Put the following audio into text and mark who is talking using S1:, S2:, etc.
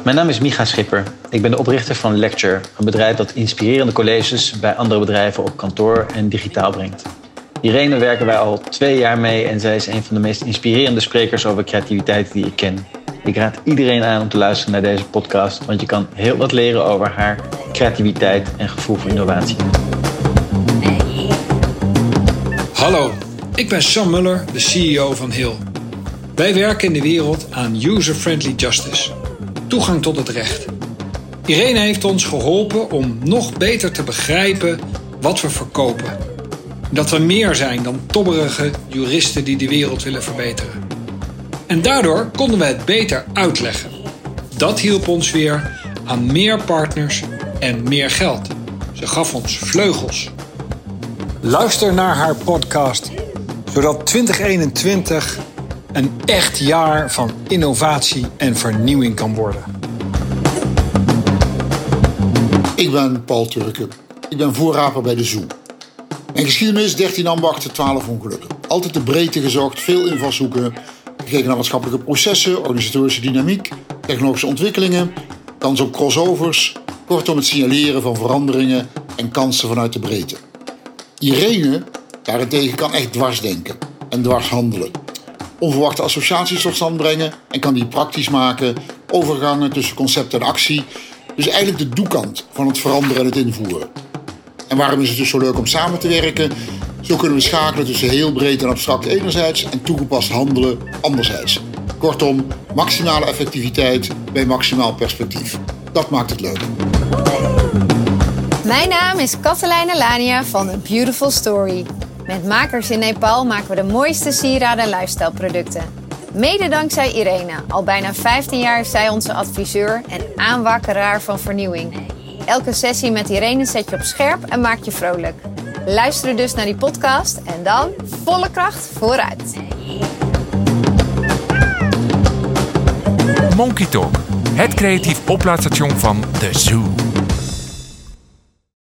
S1: Mijn naam is Micha Schipper. Ik ben de oprichter van Lecture, een bedrijf dat inspirerende colleges bij andere bedrijven op kantoor en digitaal brengt. Irene werken wij al 2 jaar mee en zij is een van de meest inspirerende sprekers over creativiteit die ik ken. Ik raad iedereen aan om te luisteren naar deze podcast, want je kan heel wat leren over haar creativiteit en gevoel voor innovatie.
S2: Hallo, ik ben Sam Muller, de CEO van Hill. Wij werken in de wereld aan user-friendly justice, toegang tot het recht. Irene heeft ons geholpen om nog beter te begrijpen wat we verkopen. Dat we meer zijn dan tobberige juristen die de wereld willen verbeteren. En daardoor konden we het beter uitleggen. Dat hielp ons weer aan meer partners en meer geld. Ze gaf ons vleugels. Luister naar haar podcast, zodat 2021 een echt jaar van innovatie en vernieuwing kan worden.
S3: Ik ben Paul Turken. Ik ben voorraper bij de Zoo. Mijn geschiedenis: 13 ambachten, 12 ongelukken. Altijd de breedte gezocht, veel invalshoeken. Gekeken naar maatschappelijke processen, organisatorische dynamiek, technologische ontwikkelingen, kans op crossovers. Kortom, het signaleren van veranderingen en kansen vanuit de breedte. Irene daarentegen kan echt dwarsdenken en dwars handelen. Onverwachte associaties tot stand brengen en kan die praktisch maken. Overgangen tussen concept en actie. Dus eigenlijk de doekant van het veranderen en het invoeren. En waarom is het dus zo leuk om samen te werken? Zo kunnen we schakelen tussen heel breed en abstract enerzijds en toegepast handelen anderzijds. Kortom, maximale effectiviteit bij maximaal perspectief. Dat maakt het leuk.
S4: Mijn naam is Katelijne Lania van A Beautiful Story. Met makers in Nepal maken we de mooiste sieraden en lifestyleproducten. Mede dankzij Irene. Al bijna 15 jaar is zij onze adviseur en aanwakkeraar van vernieuwing. Elke sessie met Irene zet je op scherp en maakt je vrolijk. Luister dus naar die podcast en dan volle kracht vooruit.
S5: Monkey Talk, het creatief oplaadstation van de Zoo.